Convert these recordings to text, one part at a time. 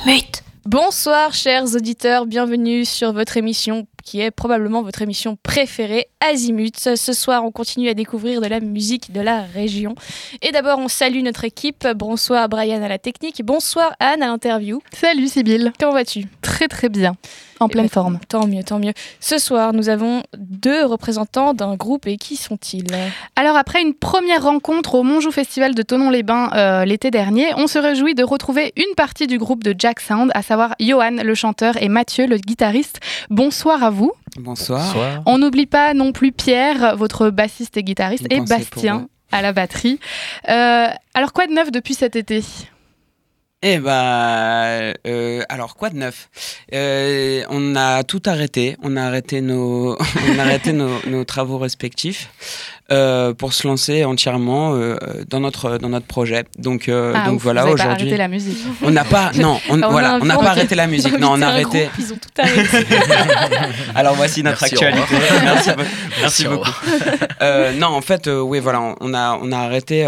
Azimut. Bonsoir chers auditeurs, bienvenue sur votre émission qui est probablement votre émission préférée, Azimut. Ce soir, on continue à découvrir de la musique de la région. Et d'abord, on salue notre équipe. Bonsoir Brian à la technique, bonsoir Anne à l'interview. Salut Sybille. Comment vas-tu ? Très très bien, en pleine forme. Tant mieux, tant mieux. Ce soir, nous avons 2 représentants d'un groupe et qui sont-ils ? Alors après une première rencontre au Montjoux Festival de Thonon-les-Bains l'été dernier, on se réjouit de retrouver une partie du groupe de Jack Sound, à savoir Johan, le chanteur, et Mathieu, le guitariste. Bonsoir à vous. Bonsoir. On n'oublie pas non plus Pierre, votre bassiste et guitariste, et Bastien à la batterie. Alors quoi de neuf depuis cet été ? Alors quoi de neuf ? On a tout arrêté. On a arrêté nos travaux respectifs pour se lancer entièrement dans notre projet. Donc voilà, vous avez aujourd'hui. Pas arrêté la musique. On n'a pas. Non, on n'a pas arrêté la musique. Non, on a arrêté. Ils ont tout arrêté. Alors voici notre actualité. Merci beaucoup. Non, en fait, oui, voilà, on a arrêté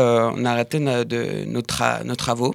nos travaux.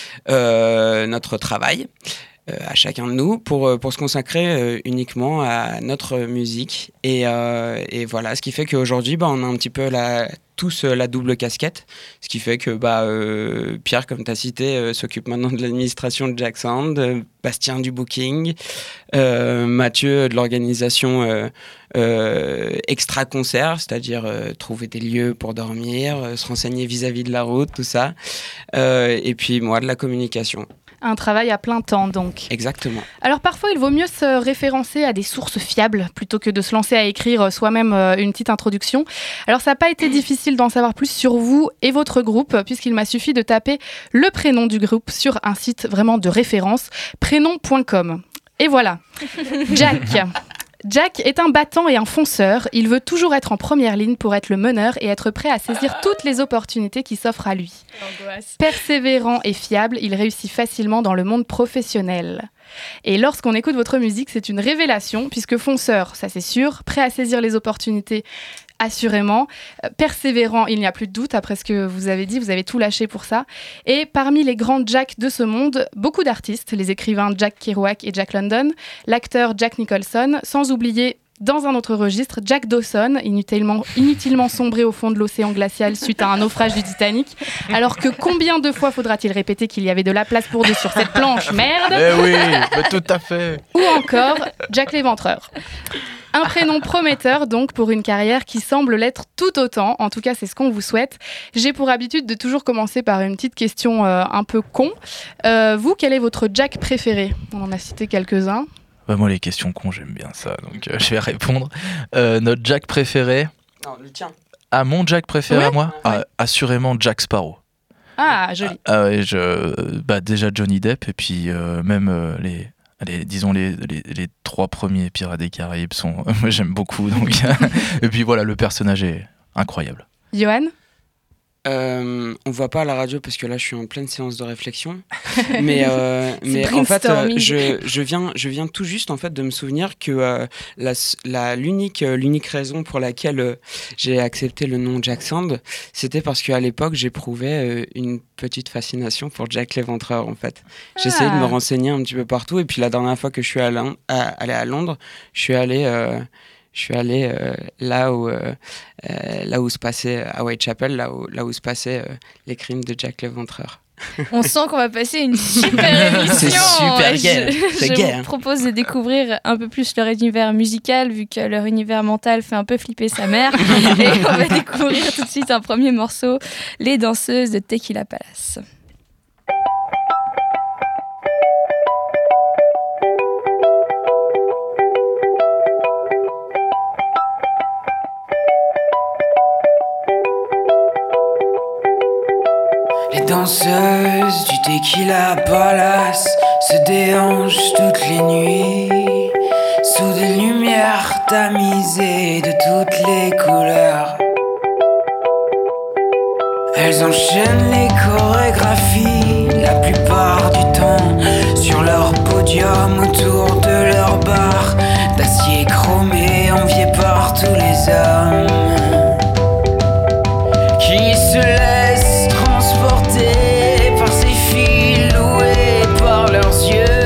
Notre travail à chacun de nous pour se consacrer uniquement à notre musique et voilà, ce qui fait qu'aujourd'hui on a un petit peu tous la double casquette, ce qui fait que Pierre, comme tu as cité, s'occupe maintenant de l'administration de Jack Sound, Bastien du booking, Mathieu de l'organisation extra-concert, c'est-à-dire trouver des lieux pour dormir, se renseigner vis-à-vis de la route, tout ça, et puis moi de la communication. Un travail à plein temps, donc. Exactement. Alors parfois, il vaut mieux se référencer à des sources fiables plutôt que de se lancer à écrire soi-même une petite introduction. Alors ça n'a pas été difficile d'en savoir plus sur vous et votre groupe, puisqu'il m'a suffi de taper le prénom du groupe sur un site vraiment de référence, prénom.com. Et voilà, Jack. Jack est un battant et un fonceur. Il veut toujours être en première ligne pour être le meneur et être prêt à saisir toutes les opportunités qui s'offrent à lui. Persévérant et fiable, il réussit facilement dans le monde professionnel. Et lorsqu'on écoute votre musique, c'est une révélation, puisque fonceur, ça c'est sûr, prêt à saisir les opportunités, assurément, persévérant, il n'y a plus de doute, après ce que vous avez dit, vous avez tout lâché pour ça. Et parmi les grands Jack de ce monde, beaucoup d'artistes, les écrivains Jack Kerouac et Jack London, l'acteur Jack Nicholson, sans oublier, dans un autre registre, Jack Dawson, inutilement sombré au fond de l'océan glacial suite à un naufrage du Titanic. Alors que combien de fois faudra-t-il répéter qu'il y avait de la place pour 2 sur cette planche ? Merde ! Eh oui, tout à fait. Ou encore Jack l'Éventreur. Un prénom prometteur donc pour une carrière qui semble l'être tout autant, en tout cas c'est ce qu'on vous souhaite. J'ai pour habitude de toujours commencer par une petite question un peu con. Vous, quel est votre Jack préféré ? On en a cité quelques-uns. Moi les questions cons j'aime bien ça, donc je vais répondre. Notre Jack préféré ? Non, le tien. Ah, mon Jack préféré à moi ? Ouais. Assurément Jack Sparrow. Ah, joli. Déjà Johnny Depp et puis même les 3 premiers Pirates des Caraïbes sont... Moi j'aime beaucoup, donc... Et puis voilà, le personnage est incroyable. Johan ? On voit pas à la radio parce que là je suis en pleine séance de réflexion, mais en fait je viens tout juste en fait de me souvenir que l'unique raison pour laquelle j'ai accepté le nom Jack Sound, c'était parce qu'à l'époque j'éprouvais une petite fascination pour Jack l'Éventreur en fait. J'essayais de me renseigner un petit peu partout et puis la dernière fois que je suis allé à Londres, je suis allé là où se passait à Whitechapel, là où se passaient les crimes de Jack l'Éventreur. On sent qu'on va passer une super émission. C'est super gay. Je vous propose de découvrir un peu plus leur univers musical, vu que leur univers mental fait un peu flipper sa mère. Et on va découvrir tout de suite un premier morceau, Les Danseuses de Tequila Palace. Les danseuses du Tequila Palace se déhanchent toutes les nuits sous des lumières tamisées de toutes les couleurs. Elles enchaînent les chorégraphies la plupart du temps sur leur podium autour de leur bar d'acier chromé envié par tous les hommes qui se laissent transporter par ces filles louées par leurs yeux.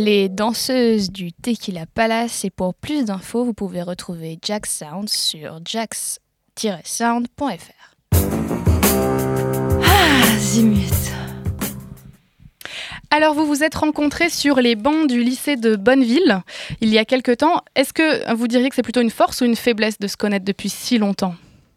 les danseuses du Tequila Palace et pour plus d'infos, vous pouvez retrouver Jax Sound sur jax-sound.fr. Ah, Zimut. Alors, vous vous êtes rencontrés sur les bancs du lycée de Bonneville il y a quelque temps. Est-ce que vous diriez que c'est plutôt une force ou une faiblesse de se connaître depuis si longtemps ?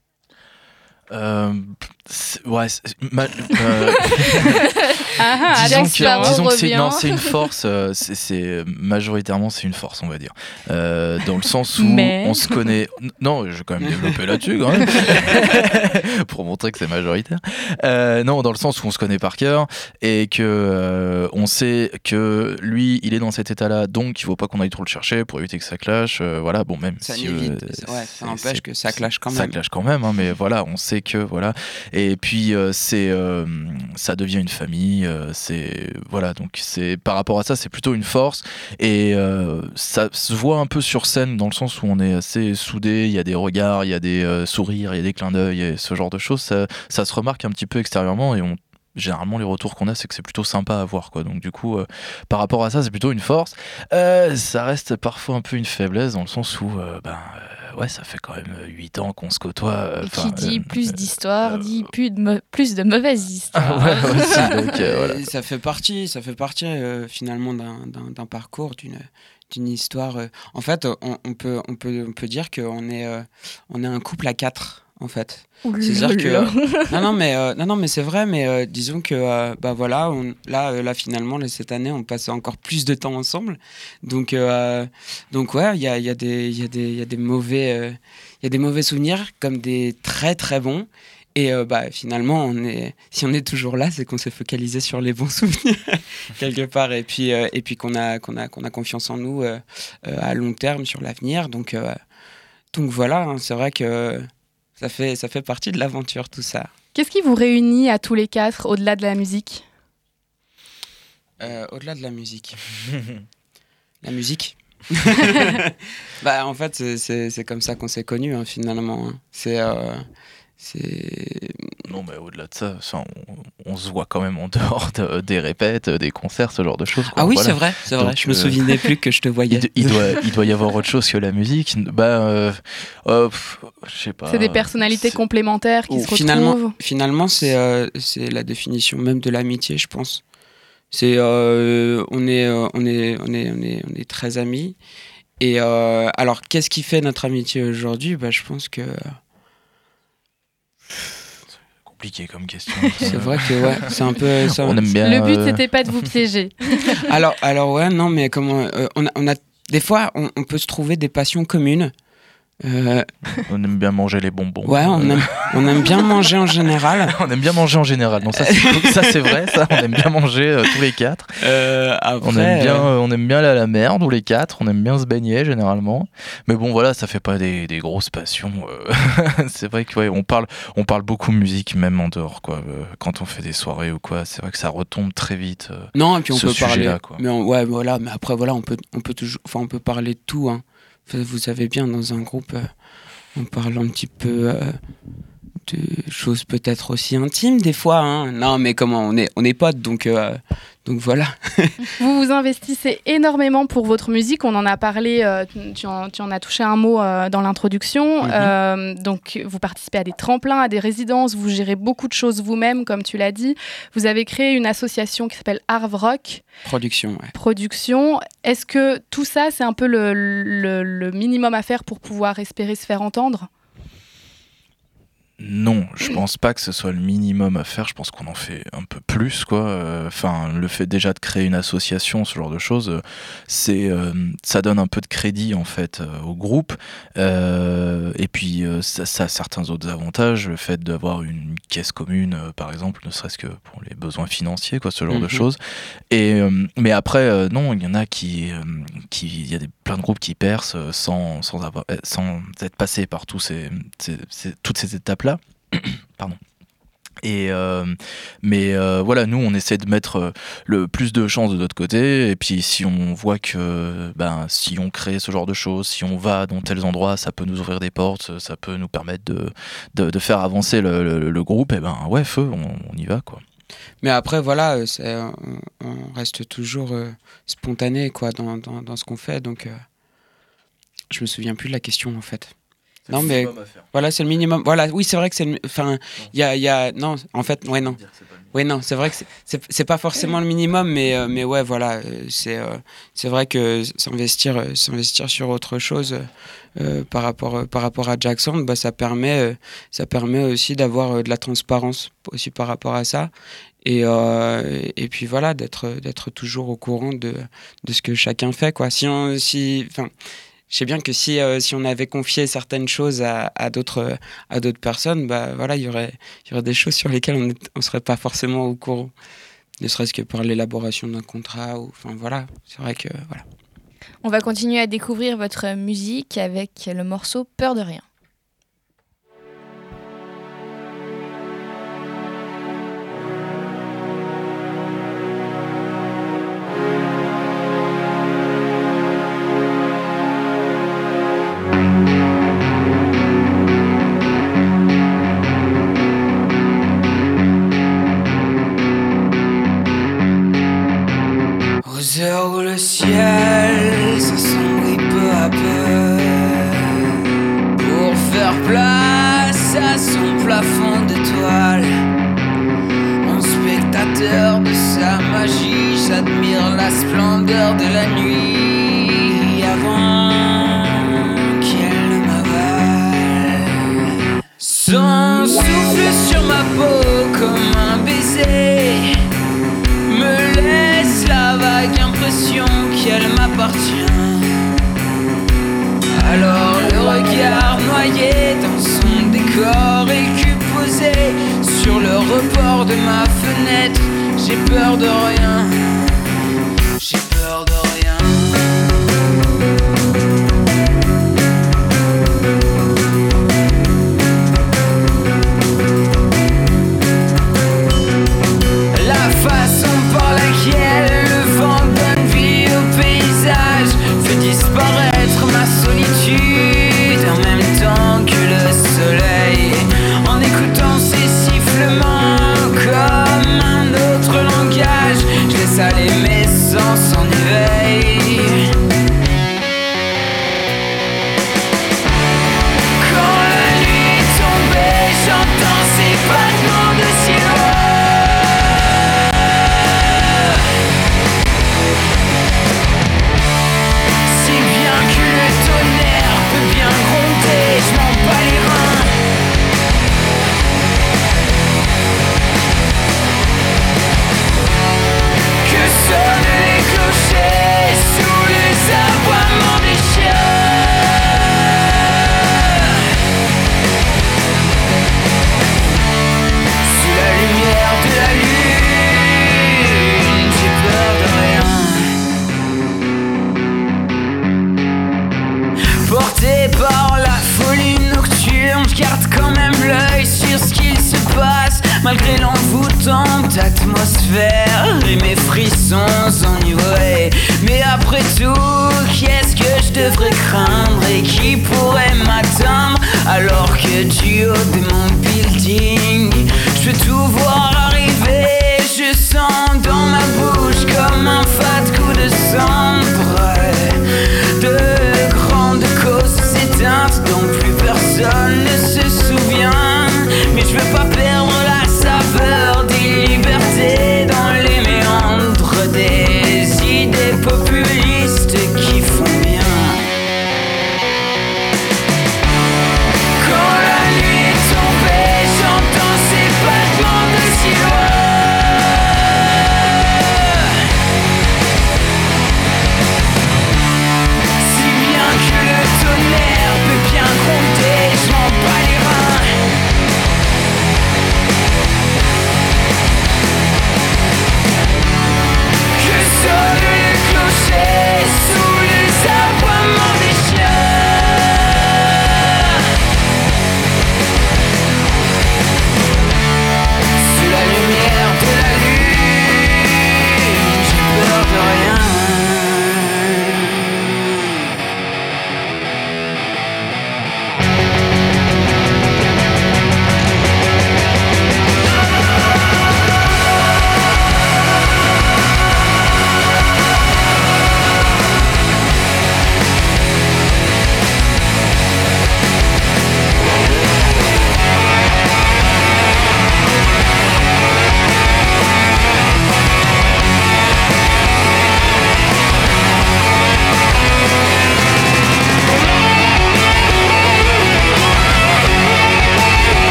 Disons que c'est une force. C'est majoritairement c'est une force, on va dire, dans le sens où on se connaît. Non, je vais quand même développer là-dessus quand même pour montrer que c'est majoritaire. Non, dans le sens où on se connaît par cœur et que on sait que lui, il est dans cet état-là, donc il faut pas qu'on aille trop le chercher pour éviter que ça clash. Voilà, bon, même ça si ça n'empêche que ça clash quand même. Ça clash quand même, hein, mais voilà, on sait que voilà. Et puis ça devient une famille. C'est voilà, donc c'est par rapport à ça, c'est plutôt une force et ça se voit un peu sur scène dans le sens où on est assez soudés. Il y a des regards, il y a des sourires, il y a des clins d'œil, et ce genre de choses. Ça se remarque un petit peu extérieurement et généralement les retours qu'on a c'est que c'est plutôt sympa à voir quoi. Donc du coup par rapport à ça c'est plutôt une force. Ça reste parfois un peu une faiblesse dans le sens où ouais, ça fait quand même 8 ans qu'on se côtoie. Qui dit plus d'histoires dit plus de mauvaises histoires. Ouais, aussi, donc, voilà. Ça fait partie finalement d'un parcours, d'une histoire. En fait, on peut dire qu'on est un couple à 4. En fait, c'est-à-dire que non mais c'est vrai, mais disons que voilà, là finalement cette année on passe encore plus de temps ensemble, donc ouais, il y a des mauvais souvenirs comme des très très bons. Et finalement, si on est toujours là, c'est qu'on s'est focalisé sur les bons souvenirs quelque part, et puis qu'on a confiance en nous à long terme sur l'avenir. Donc voilà, hein, c'est vrai que ça fait partie de l'aventure, tout ça. Qu'est-ce qui vous réunit à tous les 4 au-delà de la musique ? Au-delà de la musique. La musique. En fait, c'est comme ça qu'on s'est connus, hein, finalement. Non, mais au-delà de ça, on se voit quand même en dehors des répètes, des concerts, ce genre de choses, quoi. Ah oui, voilà. c'est vrai. Donc, je me souvenais plus que je te voyais. Il doit y avoir autre chose que la musique. Je sais pas. C'est des personnalités complémentaires qui se retrouvent. Finalement, c'est la définition même de l'amitié, je pense. C'est on est très amis. Et alors, qu'est-ce qui fait notre amitié aujourd'hui ? Je pense que compliqué comme question. C'est vrai que ouais, c'est un peu ça. On aime bien, le but c'était pas de vous piéger. alors ouais, non, mais comment on a des fois on peut se trouver des passions communes. On aime bien manger les bonbons. Ouais, on aime bien manger en général. On aime bien manger en général. Donc ça c'est vrai, ça. On aime bien manger tous les 4. Après, on aime bien aller à la mer tous les 4. On aime bien se baigner généralement. Mais bon voilà, ça fait pas des grosses passions. C'est vrai que ouais, on parle beaucoup musique même en dehors quoi. Quand on fait des soirées ou quoi, c'est vrai que ça retombe très vite. Non, et puis on peut parler. Quoi. Mais ouais, voilà. Mais après voilà, on peut toujours, enfin on peut parler de tout. Hein. Vous savez bien, dans un groupe, on parle un petit peu de choses peut-être aussi intimes des fois. Hein. Non, mais comment on est potes, donc voilà. Vous vous investissez énormément pour votre musique. On en a parlé, tu en as touché un mot dans l'introduction. Donc, vous participez à des tremplins, à des résidences. Vous gérez beaucoup de choses vous-même, comme tu l'as dit. Vous avez créé une association qui s'appelle Arv Rock. Production. Est-ce que tout ça, c'est un peu le minimum à faire pour pouvoir espérer se faire entendre ? Non, je pense pas que ce soit le minimum à faire. Je pense qu'on en fait un peu plus, quoi. Enfin, le fait déjà de créer une association, ce genre de choses, ça donne un peu de crédit en fait au groupe. Et puis ça a certains autres avantages. Le fait d'avoir une caisse commune, par exemple, ne serait-ce que pour les besoins financiers, quoi, ce genre de choses. Et mais après, non, il y en a il y a plein de groupes qui percent sans être passés par toutes ces étapes-là. Pardon. Et voilà, nous on essaie de mettre le plus de chances de notre côté, et puis si on voit que si on crée ce genre de choses, si on va dans tels endroits, ça peut nous ouvrir des portes, ça peut nous permettre de faire avancer le groupe, et ouais, feu, on y va quoi. Mais après, voilà, on reste toujours spontané quoi, dans ce qu'on fait. Donc, je me souviens plus de la question, en fait. Non, mais voilà, c'est le minimum. Voilà, oui, c'est vrai que c'est le... Enfin, il y a... Non, en fait, ouais, non. Ouais, non, c'est vrai que c'est pas forcément le minimum, mais ouais, voilà, c'est vrai que s'investir sur autre chose par rapport à Jackson, bah, ça permet aussi d'avoir de la transparence aussi par rapport à ça. Et puis voilà, d'être toujours au courant de ce que chacun fait, quoi. Je sais bien que si on avait confié certaines choses à d'autres personnes, bah voilà, il y aurait des choses sur lesquelles on serait pas forcément au courant, ne serait-ce que par l'élaboration d'un contrat ou enfin voilà, c'est vrai que voilà. On va continuer à découvrir votre musique avec le morceau Peur de rien. Aux heures où le ciel s'assombrit peu à peu pour faire place à son plafond d'étoiles, en spectateur de sa magie, j'admire la splendeur de la nuit avant qu'elle ne m'avale. Son souffle sur ma peau comme un baiser me laisse la vague impression qu'elle m'appartient. Alors le regard noyé dans son décor écu posé sur le rebord de ma fenêtre, j'ai peur de rien, j'ai peur de rien. La façon par laquelle le vent donne vie au paysage fait disparaître ma solitude en même temps que le soleil. En écoutant ses sifflements comme un autre langage, je laisse aller mes sens en éveil. Quand la nuit est tombée, j'entends ces battements de ciel. Je m'en bats les reins. Que sonnent les clochers sous les aboiements des chiens. Sous la lumière de la lune, j'ai peur de rien. Porté par la folie nocturne, je garde quand même l'œil sur ce qu'il se passe, malgré l'envoûtante atmosphère et mes frissons enivrés. Mais après tout, qu'est-ce que je devrais craindre et qui pourrait m'atteindre, alors que du haut de mon building, je peux tout voir arriver. Je sens dans ma bouche comme un fat coup de cendre, de grandes causes éteintes dont plus personne ne se souvient. Mais je veux pas perdre la saveur des libertés dans les méandres des idées populistes qui font bien. Quand la nuit est tombée, j'entends ces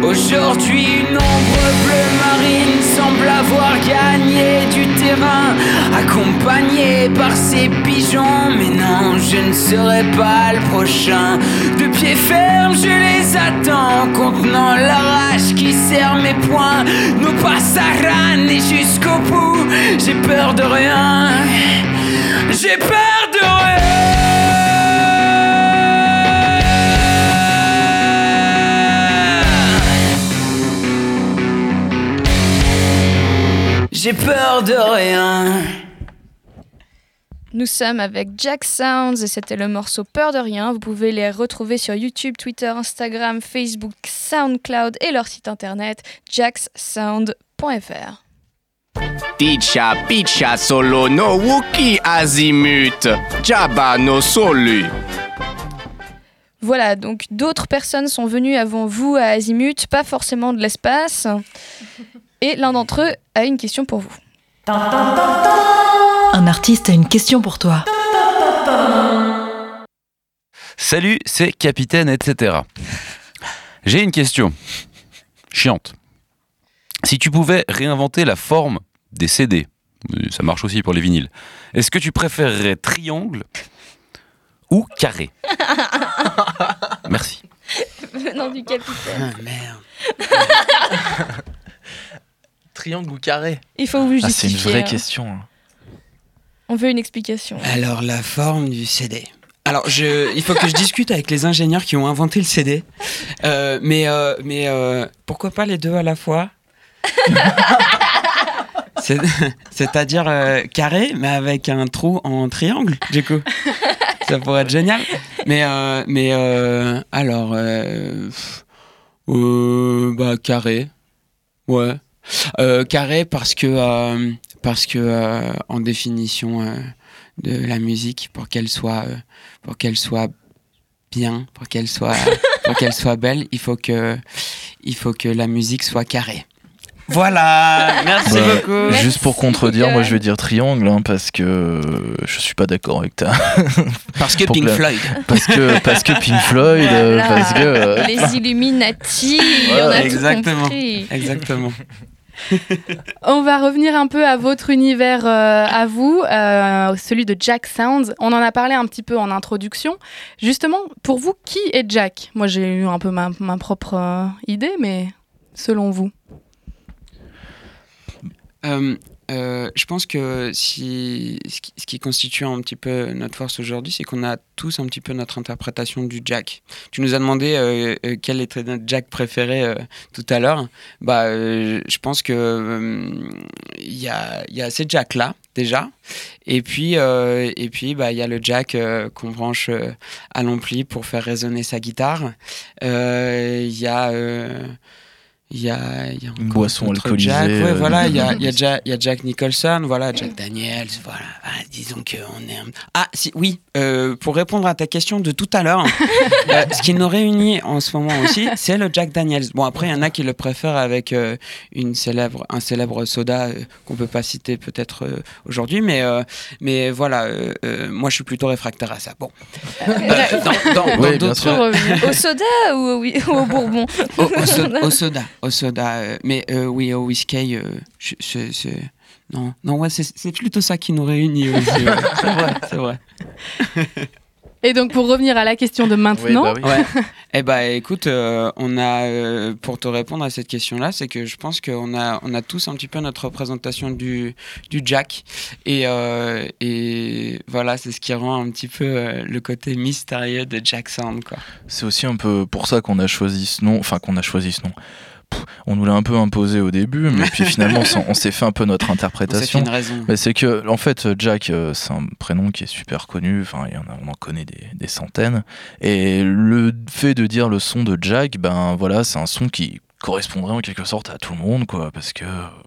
Aujourd'hui, une ombre bleue marine semble avoir gagné du terrain, accompagné par ses pigeons. Mais non, je ne serai pas le prochain. De pied ferme, je les attends, contenant la rage qui serre mes poings. Nos pas s'arrêtent et jusqu'au bout, j'ai peur de rien. J'ai peur de rien. J'ai peur de rien. Nous sommes avec Jack Sounds et c'était le morceau Peur de rien. Vous pouvez les retrouver sur YouTube, Twitter, Instagram, Facebook, SoundCloud et leur site internet jackssound.fr. Ticha, picha, solo, no wuki, azimut, jaba, no solu. Voilà, donc d'autres personnes sont venues avant vous à Azimut, pas forcément de l'espace. Et l'un d'entre eux a une question pour vous. Un artiste a une question pour toi. Salut, c'est Capitaine, etc. J'ai une question. Chiante. Si tu pouvais réinventer la forme des CD, ça marche aussi pour les vinyles, est-ce que tu préférerais triangle ou carré? Merci. Venant du capitaine. Ah merde. Triangle ou carré? Il faut vous justifier. C'est une vraie hein. question. On veut une explication. Alors, la forme du CD. Alors, il faut que je discute avec les ingénieurs qui ont inventé le CD. Mais pourquoi pas les deux à la fois? C'est-à-dire carré, mais avec un trou en triangle, du coup. Ça pourrait être génial. Bah, carré. Ouais. Carré parce que en définition de la musique, pour qu'elle soit bien, pour qu'elle soit belle, il faut que la musique soit carrée. Voilà, merci beaucoup. Juste pour contredire, moi je vais dire triangle parce que je suis pas d'accord avec ta. Parce que Pink Floyd. Parce que Pink Floyd, Voilà. parce que. Les Illuminati, on a exactement. tout compris. Exactement. On va revenir un peu à votre univers à vous, celui de Jack Sounds. On en a parlé un petit peu en introduction. Justement, pour vous, qui est Jack? Moi, j'ai eu un peu ma propre idée, mais selon vous? Je pense que ce qui constitue un petit peu notre force aujourd'hui, c'est qu'on a tous un petit peu notre interprétation du Jack. Tu nous as demandé quel était notre Jack préféré tout à l'heure. Je pense que il y a ces Jacks là déjà, et puis il y a le Jack qu'on branche à l'ampli pour faire résonner sa guitare. Il y a une boisson alcoolisée. Jack, ouais, voilà, il y a Jack Nicholson, voilà, Jack Daniels, voilà. Disons qu'on est oui, pour répondre à ta question de tout à l'heure, ce qui nous réunit en ce moment aussi, c'est le Jack Daniels. Bon, après, il y en a qui le préfèrent avec un célèbre soda qu'on peut pas citer peut-être aujourd'hui, mais voilà, moi je suis plutôt réfractaire à ça. Bon. Oui, bien sûr. Au soda ou au bourbon? Au soda, mais oui, au whisky, non, ouais, c'est plutôt ça qui nous réunit aussi. Ouais. C'est vrai. Et donc, pour revenir à la question de maintenant... Oui, bah oui. Ouais. Écoute, on a, pour te répondre à cette question-là, c'est que je pense qu'on a tous un petit peu notre représentation du Jack. Et voilà, c'est ce qui rend un petit peu le côté mystérieux de Jack Sound, quoi. C'est aussi un peu pour ça qu'on a choisi ce nom. On nous l'a un peu imposé au début, mais puis finalement on s'est fait un peu notre interprétation. On s'est fait une raison. Mais c'est que en fait Jack, c'est un prénom qui est super connu. Enfin, on en connaît des centaines. Et le fait de dire le son de Jack, ben voilà, c'est un son qui correspondrait en quelque sorte à tout le monde, quoi, parce que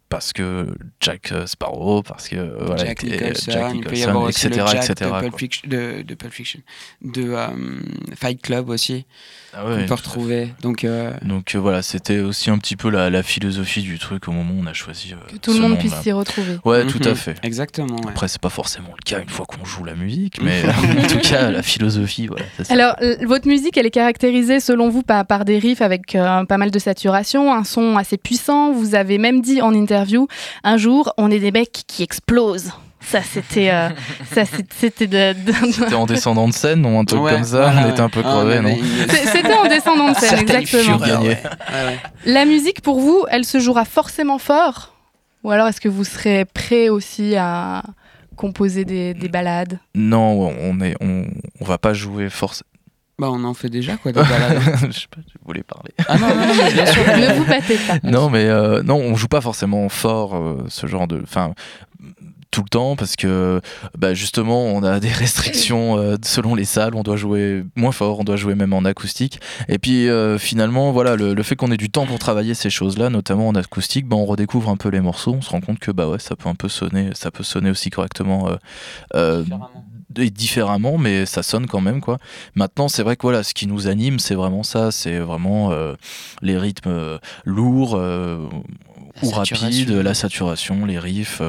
parce que Jack Sparrow, parce que voilà, Jack Nicholson, il peut y avoir aussi etc., le Jack etc., de Pulp Fiction, de Fight Club aussi, ouais, qu'on peut retrouver. Donc voilà, c'était aussi un petit peu la philosophie du truc au moment où on a choisi que tout le monde puisse s'y retrouver. Ouais, tout à fait. Exactement. Ouais. Après, c'est pas forcément le cas une fois qu'on joue la musique, mais en tout cas, la philosophie, voilà. Alors, votre musique, elle est caractérisée, selon vous, par des riffs avec pas mal de saturation, un son assez puissant. Vous avez même dit en interview, un jour, on est des mecs qui explosent. Ça, c'était C'était en descendant de scène, non, un truc comme ça. On était un peu crevés, non? C'était en descendant de scène, exactement. La musique, pour vous, elle se jouera forcément fort? Ou alors, est-ce que vous serez prêt aussi à composer des ballades? Non, on va pas jouer forcément. Bah, on en fait déjà, quoi, des balades. Je sais pas, je voulais parler. Ah non, bien sûr. Ne vous battez pas. Non, mais non, on joue pas forcément fort ce genre de... Enfin, tout le temps, parce que justement, on a des restrictions selon les salles. On doit jouer moins fort, on doit jouer même en acoustique. Et puis, finalement, voilà, le fait qu'on ait du temps pour travailler ces choses-là, notamment en acoustique, on redécouvre un peu les morceaux. On se rend compte que ça peut un peu sonner, ça peut sonner aussi correctement. Différemment, mais ça sonne quand même, quoi. Maintenant, c'est vrai que voilà, ce qui nous anime, c'est vraiment ça, c'est vraiment les rythmes lourds ou rapides, la saturation, les riffs,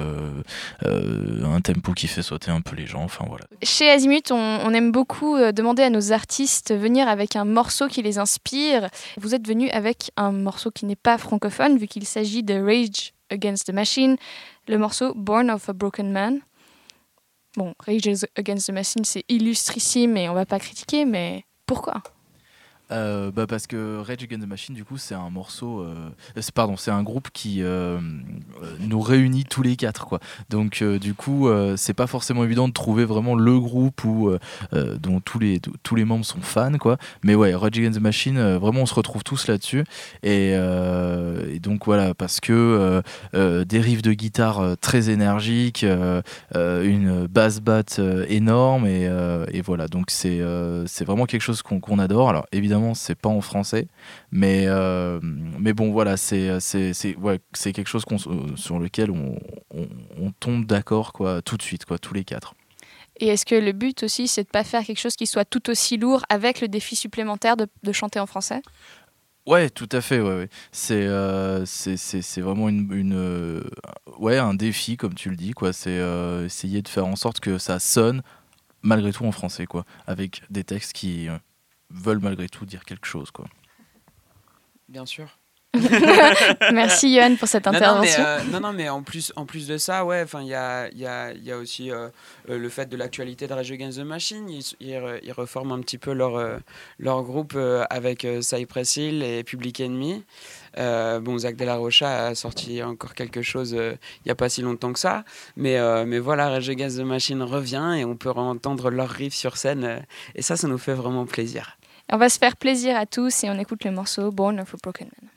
un tempo qui fait sauter un peu les gens, enfin voilà. Chez Azimut, on aime beaucoup demander à nos artistes de venir avec un morceau qui les inspire. Vous êtes venu avec un morceau qui n'est pas francophone, vu qu'il s'agit de Rage Against the Machine, le morceau Born of a Broken Man. Bon, Rage Against the Machine, c'est illustrissime et on va pas critiquer, mais pourquoi ? Parce que Rage Against the Machine, du coup, c'est un morceau, c'est un groupe qui nous réunit tous les quatre, quoi. Donc, du coup, c'est pas forcément évident de trouver vraiment le groupe dont tous les membres sont fans, quoi. Mais ouais, Rage Against the Machine, vraiment, on se retrouve tous là-dessus. Et donc voilà, parce que des riffs de guitare très énergiques, une bass bat énorme, et voilà. Donc c'est vraiment quelque chose qu'on adore. Alors évidemment, c'est pas en français, mais bon, voilà, c'est quelque chose sur lequel on tombe d'accord, quoi, tout de suite, quoi, tous les quatre. Et est-ce que le but aussi, c'est de pas faire quelque chose qui soit tout aussi lourd avec le défi supplémentaire de chanter en français ? Ouais, tout à fait. Ouais. C'est vraiment un défi, comme tu le dis, quoi. C'est essayer de faire en sorte que ça sonne malgré tout en français, quoi, avec des textes qui veulent malgré tout dire quelque chose, quoi. Bien sûr. Merci Yoann pour cette intervention. Non, mais en plus de ça, ouais, enfin il y a aussi le fait de l'actualité de Rage Against the Machine. Ils reforment un petit peu leur groupe avec Cypress Hill et Public Enemy. Zach De La Rocha a sorti encore quelque chose il n'y a pas si longtemps que ça, mais voilà, Rage Against the Machine revient et on peut entendre leurs riffs sur scène, et ça nous fait vraiment plaisir. On va se faire plaisir à tous et on écoute le morceau Born of a Broken Man.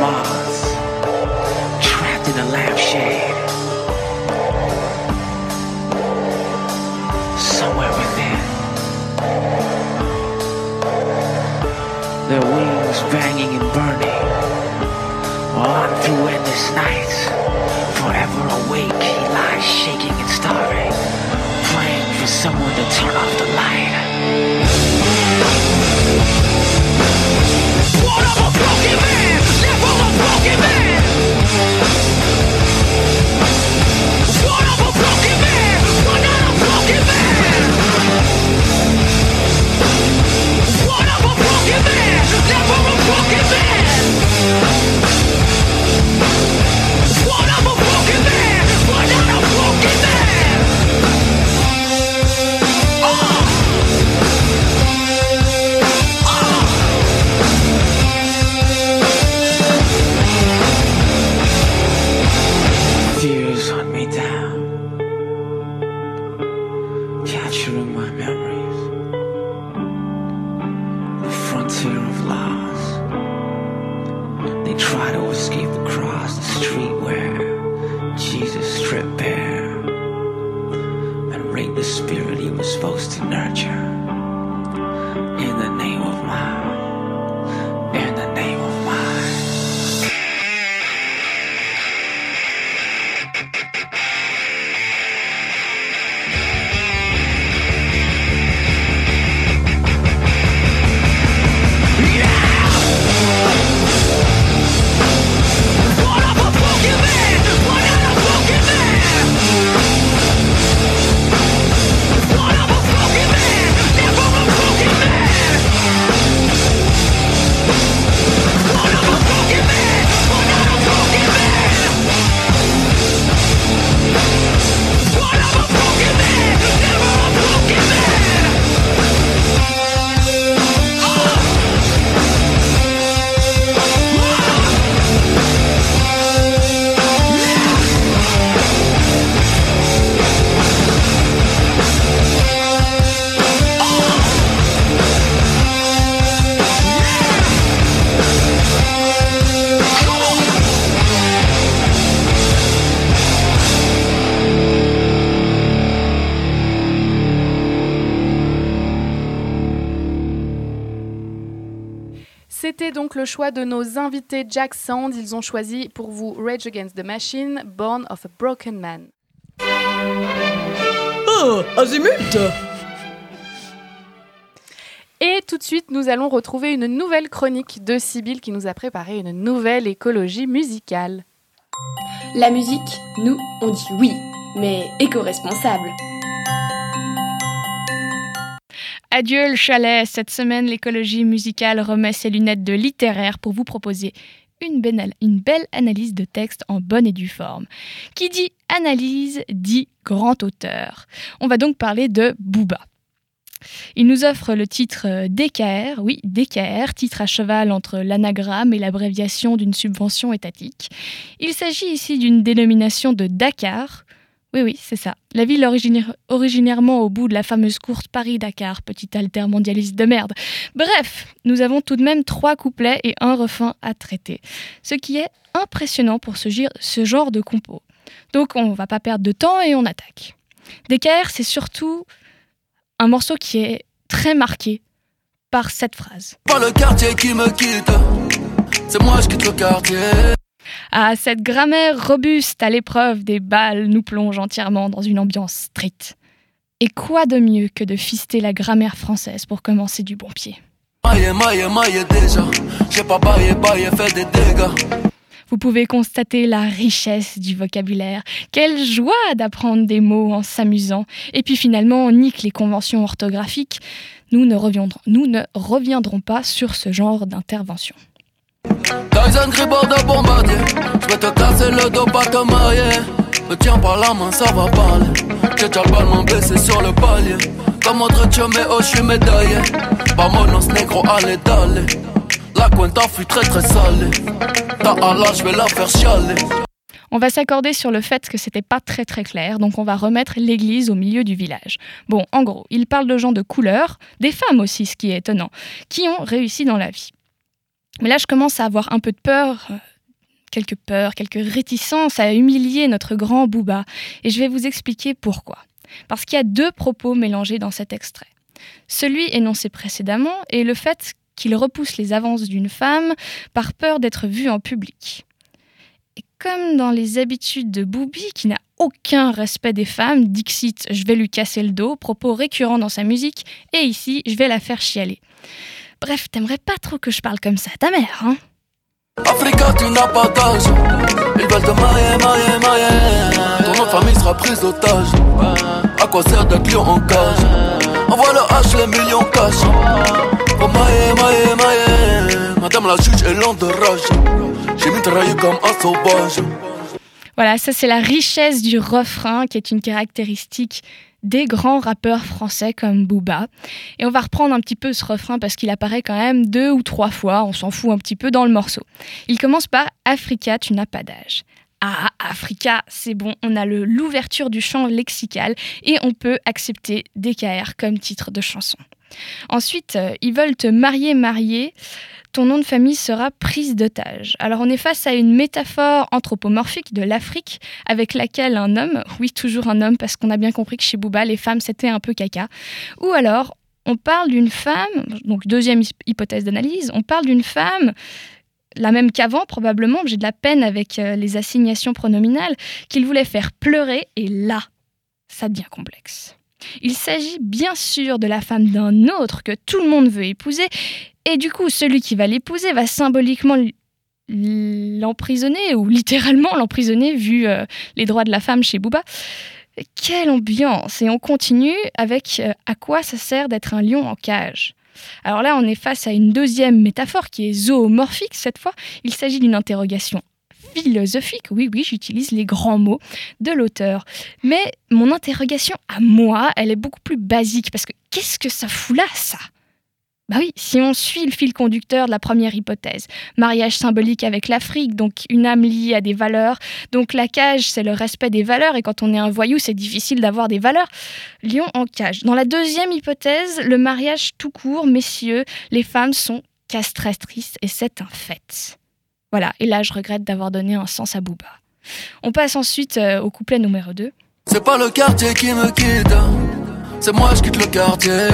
Mars, trapped in a lampshade. Somewhere within, their wings banging and burning, on through endless nights. Forever awake, he lies shaking and starving, praying for someone to turn off the light. What of a broken man, live of a broken man. What of a broken man, one of a broken man. What of a broken man, live of a broken man. What of a broken man, one of a broken man. Tears hunt me down, capturing my memories. The frontier of loss. They try to escape across the street where Jesus stripped bare and raped the spirit he was supposed to nurture. In the name of mine, in the name of mine. What of a broken man, what of a broken man. What of a broken man, never a broken man. What of a broken man, what of a broken man. What of a broken man, never a broken man. C'était donc le choix de nos invités Jack Sound. Ils ont choisi pour vous Rage Against the Machine, Born of a Broken Man. Oh, Azimut! Et tout de suite, nous allons retrouver une nouvelle chronique de Sybille qui nous a préparé une nouvelle écologie musicale. La musique, nous, on dit oui, mais éco-responsable. Adieu le chalet, cette semaine l'écologie musicale remet ses lunettes de littéraire pour vous proposer une belle analyse de texte en bonne et due forme. Qui dit analyse dit grand auteur. On va donc parler de Booba. Il nous offre le titre DKR, oui DKR, titre à cheval entre l'anagramme et l'abréviation d'une subvention étatique. Il s'agit ici d'une dénomination de Dakar. Oui, c'est ça. La ville originairement au bout de la fameuse course Paris-Dakar, petit altermondialiste de merde. Bref, nous avons tout de même 3 couplets et un refrain à traiter. Ce qui est impressionnant pour ce genre de compo. Donc on va pas perdre de temps et on attaque. DKR, c'est surtout un morceau qui est très marqué par cette phrase. Pas le quartier qui me quitte, c'est moi je quitte le quartier. Ah, cette grammaire robuste à l'épreuve des balles nous plonge entièrement dans une ambiance stricte. Et quoi de mieux que de fister la grammaire française pour commencer du bon pied. Maille déjà, j'ai pas baillé, fait des dégâts. Vous pouvez constater la richesse du vocabulaire. Quelle joie d'apprendre des mots en s'amusant. Et puis finalement, on nique les conventions orthographiques. Nous ne reviendrons pas sur ce genre d'intervention. Tyson Gribord de bombardier, je vais te casser le dos, pas te marier. Me tiens par la main, ça va parler. J'ai déjà le ballon baissé sur le palier. Comme autre chomeo, je suis médaillé. Vamonos negro, allez, dale. La cuenta fut très très salée. Ta Allah, je vais la faire chialer. On va s'accorder sur le fait que c'était pas très très clair, donc on va remettre l'église au milieu du village. Bon, en gros, il parle de gens de couleur, des femmes aussi, ce qui est étonnant, qui ont réussi dans la vie. Mais là, je commence à avoir un peu de peur quelques peurs, quelques réticences à humilier notre grand Booba. Et je vais vous expliquer pourquoi. Parce qu'il y a 2 propos mélangés dans cet extrait. Celui énoncé précédemment et le fait qu'il repousse les avances d'une femme par peur d'être vu en public. Et comme dans les habitudes de Booby, qui n'a aucun respect des femmes, dixit « je vais lui casser le dos », propos récurrents dans sa musique, et ici « je vais la faire chialer ». Bref, t'aimerais pas trop que je parle comme ça à ta mère, hein? Africa, tu n'as pas d'âge. Ils veulent te marier. Ton nom de famille sera prise d'otage. À quoi sert d'être lion en cage? Envoie le H, les millions cash. Pour mailler. Madame la juge est lente de rage. J'ai mitraillé comme un sauvage. Voilà, ça c'est la richesse du refrain qui est une caractéristique des grands rappeurs français comme Booba. Et on va reprendre un petit peu ce refrain parce qu'il apparaît quand même 2 ou 3 fois, on s'en fout un petit peu dans le morceau. Il commence par « Africa, tu n'as pas d'âge ». Ah, Africa, c'est bon, on a l'ouverture du champ lexical et on peut accepter DKR comme titre de chanson. Ensuite, ils veulent te marier. Ton nom de famille sera prise d'otage. Alors on est face à une métaphore anthropomorphique de l'Afrique avec laquelle un homme, oui toujours un homme parce qu'on a bien compris que chez Booba les femmes c'était un peu caca, ou alors on parle d'une femme, donc deuxième hypothèse d'analyse, on parle d'une femme, la même qu'avant probablement, j'ai de la peine avec les assignations pronominales, qu'il voulait faire pleurer et là, ça devient complexe. Il s'agit bien sûr de la femme d'un autre que tout le monde veut épouser. Et du coup, celui qui va l'épouser va symboliquement l'emprisonner, ou littéralement l'emprisonner, vu les droits de la femme chez Booba. Quelle ambiance! Et on continue avec à quoi ça sert d'être un lion en cage. Alors là, on est face à une deuxième métaphore qui est zoomorphique cette fois. Il s'agit d'une interrogation philosophique, oui, j'utilise les grands mots de l'auteur. Mais mon interrogation à moi, elle est beaucoup plus basique, parce que qu'est-ce que ça fout là, ça ? Bah oui, si on suit le fil conducteur de la première hypothèse, mariage symbolique avec l'Afrique, donc une âme liée à des valeurs, donc la cage, c'est le respect des valeurs, et quand on est un voyou, c'est difficile d'avoir des valeurs. Lion en cage. Dans la deuxième hypothèse, le mariage tout court, messieurs, les femmes sont castratrices, et c'est un fait. Voilà, et là, je regrette d'avoir donné un sens à Booba. On passe ensuite au couplet numéro 2. C'est pas le quartier qui me quitte, c'est moi je quitte le quartier.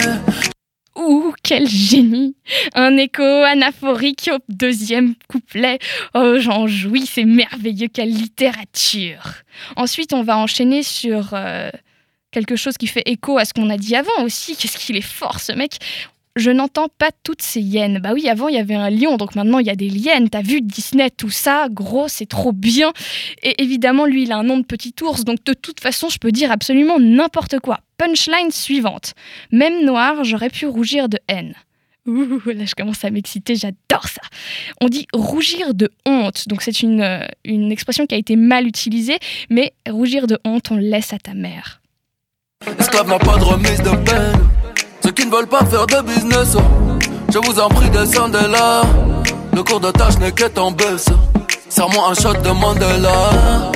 Ouh, quel génie! Un écho anaphorique au deuxième couplet. Oh, j'en jouis, c'est merveilleux, quelle littérature! Ensuite, on va enchaîner sur quelque chose qui fait écho à ce qu'on a dit avant aussi. Qu'est-ce qu'il est fort, ce mec! Je n'entends pas toutes ces hyènes. Bah oui, avant, il y avait un lion, donc maintenant, il y a des hyènes. T'as vu Disney, tout ça, gros, c'est trop bien. Et évidemment, lui, il a un nom de petit ours, donc de toute façon, je peux dire absolument n'importe quoi. Punchline suivante. Même noir, j'aurais pu rougir de haine. Ouh, là, je commence à m'exciter, j'adore ça. On dit rougir de honte, donc c'est une expression qui a été mal utilisée, mais rougir de honte, on le laisse à ta mère. Esclave n'a pas de remise de peine. Ceux qui ne veulent pas faire de business, je vous en prie descendez là. Le cours de tâche n'est qu'être en baisse. Serre-moi un shot de Mandela.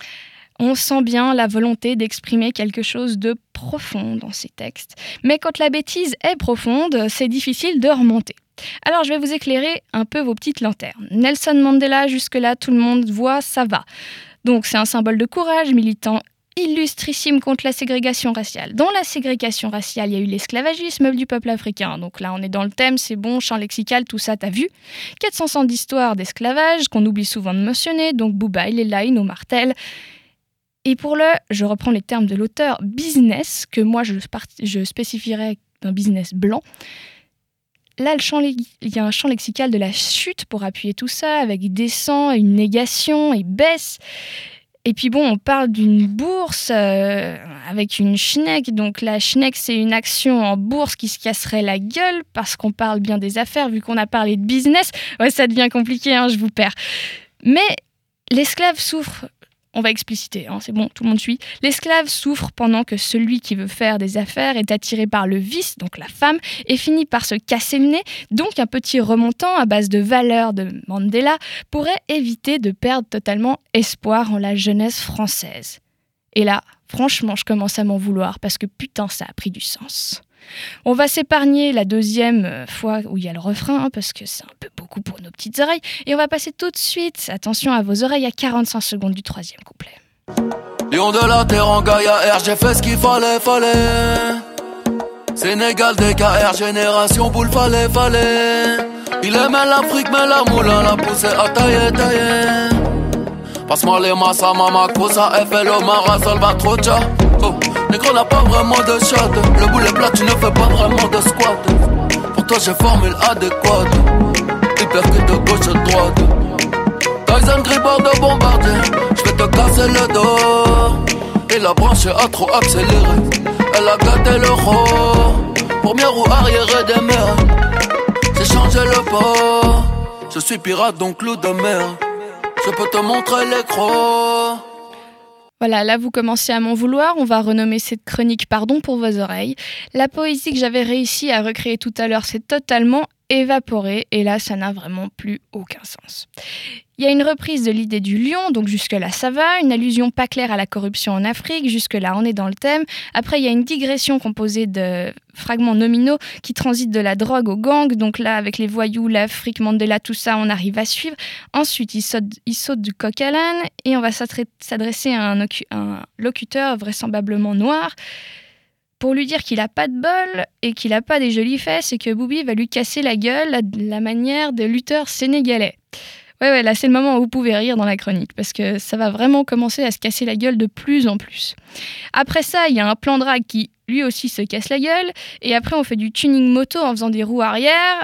On sent bien la volonté d'exprimer quelque chose de profond dans ces textes. Mais quand la bêtise est profonde, c'est difficile de remonter. Alors je vais vous éclairer un peu vos petites lanternes. Nelson Mandela, jusque-là, tout le monde voit, ça va. Donc c'est un symbole de courage, militant illustrissime contre la ségrégation raciale. Dans la ségrégation raciale, il y a eu l'esclavagisme du peuple africain. Donc là, on est dans le thème, c'est bon, champ lexical, tout ça, t'as vu. 400 ans d'histoire d'esclavage, qu'on oublie souvent de mentionner, donc Booba, il est là, il nous martèle. Et pour je reprends les termes de l'auteur, business, que moi je spécifierais d'un business blanc. Là, il y a un champ lexical de la chute pour appuyer tout ça, avec descend, une négation et baisse. Et puis bon, on parle d'une bourse avec une schneck. Donc la schneck, c'est une action en bourse qui se casserait la gueule parce qu'on parle bien des affaires, vu qu'on a parlé de business. Ouais, ça devient compliqué, hein, je vous perds. Mais l'esclave souffre. On va expliciter, hein, c'est bon, tout le monde suit. L'esclave souffre pendant que celui qui veut faire des affaires est attiré par le vice, donc la femme, et finit par se casser le nez. Donc un petit remontant à base de valeurs de Mandela pourrait éviter de perdre totalement espoir en la jeunesse française. Et là, franchement, je commence à m'en vouloir parce que putain, ça a pris du sens. On va s'épargner la deuxième fois où il y a le refrain, hein, parce que c'est un peu beaucoup pour nos petites oreilles. Et on va passer tout de suite, attention à vos oreilles, à 45 secondes du troisième couplet. Lion de la terre en Gaïa R, j'ai fait ce qu'il fallait. Sénégal, DKR, génération boule, fallait. Il aimait l'Afrique, mais la moula l'a poussé à tailler. Passe-moi les massas, mama, cosa, FLO, Mara, Salvatrocha. Oh, négro n'a pas vraiment de shot. Le boulet plat, tu ne fais pas vraiment de squat. Pour toi, j'ai formule adéquate. Hypercute de gauche à droite. Tyson grippeur de bombardier. J'vais te casser le dos. Et la branche a trop accéléré. Elle a gâté le roi. Première roue arrière et des mers. J'ai changé le port. Je suis pirate donc loup de mer. Je peux te montrer les crocs. Voilà, là vous commencez à m'en vouloir, on va renommer cette chronique Pardon pour vos oreilles. La poésie que j'avais réussi à recréer tout à l'heure s'est totalement évaporée et là ça n'a vraiment plus aucun sens. Il y a une reprise de l'idée du lion, donc jusque-là ça va, une allusion pas claire à la corruption en Afrique, jusque-là on est dans le thème. Après il y a une digression composée de fragments nominaux qui transitent de la drogue au gang, donc là avec les voyous, l'Afrique, Mandela, tout ça on arrive à suivre. Ensuite il saute du coq à l'âne et on va s'adresser à un locuteur vraisemblablement noir pour lui dire qu'il a pas de bol et qu'il a pas des jolies fesses et que Booby va lui casser la gueule à la manière de lutteurs sénégalais. Ouais, là c'est le moment où vous pouvez rire dans la chronique parce que ça va vraiment commencer à se casser la gueule de plus en plus. Après ça, il y a un plan drague qui lui aussi se casse la gueule et après on fait du tuning moto en faisant des roues arrière.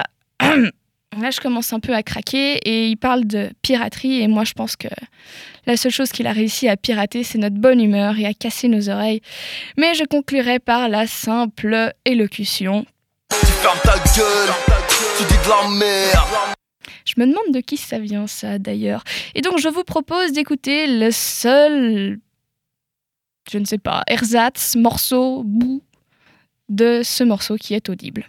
Là je commence un peu à craquer et il parle de piraterie et moi je pense que la seule chose qu'il a réussi à pirater c'est notre bonne humeur et à casser nos oreilles. Mais je conclurai par la simple élocution. Tu fermes ta gueule, tu dis de la merde. Je me demande de qui ça vient, ça, d'ailleurs. Et donc, je vous propose d'écouter le seul, je ne sais pas, ersatz, morceau, bout de ce morceau qui est audible.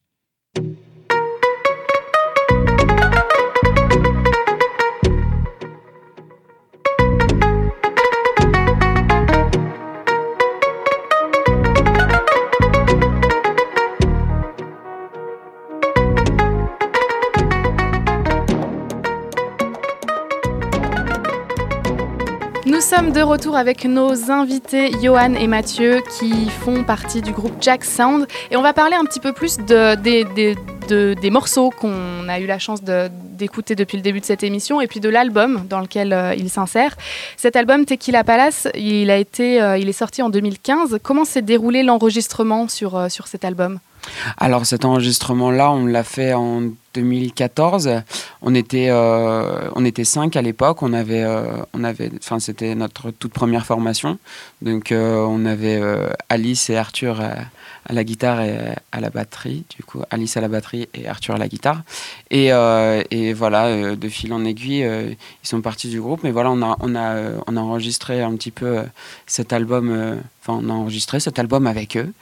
Nous sommes de retour avec nos invités Johan et Mathieu qui font partie du groupe Jack Sound et on va parler un petit peu plus des morceaux qu'on a eu la chance d'écouter depuis le début de cette émission et puis de l'album dans lequel il s'insère. Cet album Tequila Palace, il est sorti en 2015. Comment s'est déroulé l'enregistrement sur cet album ? Alors cet enregistrement-là, on l'a fait en 2014. On était 5 à l'époque. C'était notre toute première formation. Donc on avait Alice et Arthur à la guitare et à la batterie. Du coup, Alice à la batterie et Arthur à la guitare. Et voilà, de fil en aiguille, ils sont partis du groupe. Mais voilà, on a enregistré un petit peu cet album. On a enregistré cet album avec eux.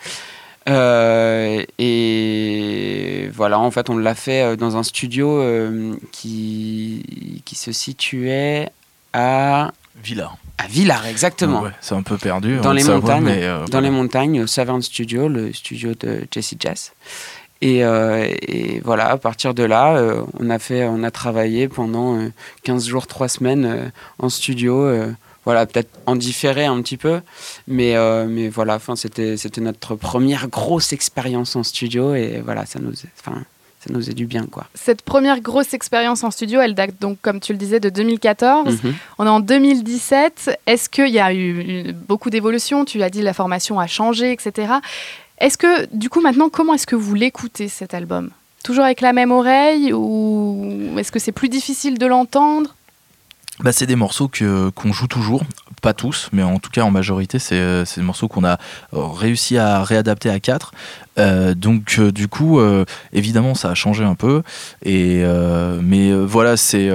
Et voilà, en fait, on l'a fait dans un studio qui se situait à Villars. À Villars, exactement. Ouais, c'est un peu perdu. Dans les montagnes, voilà. Les montagnes, au Savern Studio, le studio de Jesse Jazz. Et voilà, à partir de là, on a travaillé pendant 15 jours, 3 semaines en studio. Voilà, peut-être en différé un petit peu, mais voilà, c'était notre première grosse expérience en studio et voilà, ça nous faisait du bien, quoi. Cette première grosse expérience en studio, elle date donc, comme tu le disais, de 2014. Mm-hmm. On est en 2017. Est-ce qu'il y a eu beaucoup d'évolutions ? Tu as dit la formation a changé, etc. Est-ce que, du coup, maintenant, comment est-ce que vous l'écoutez, cet album ? Toujours avec la même oreille ou est-ce que c'est plus difficile de l'entendre ? C'est des morceaux qu'on joue toujours, pas tous, mais en tout cas en majorité, c'est des morceaux qu'on a réussi à réadapter à 4. Donc du coup, évidemment, ça a changé un peu. Mais voilà, c'est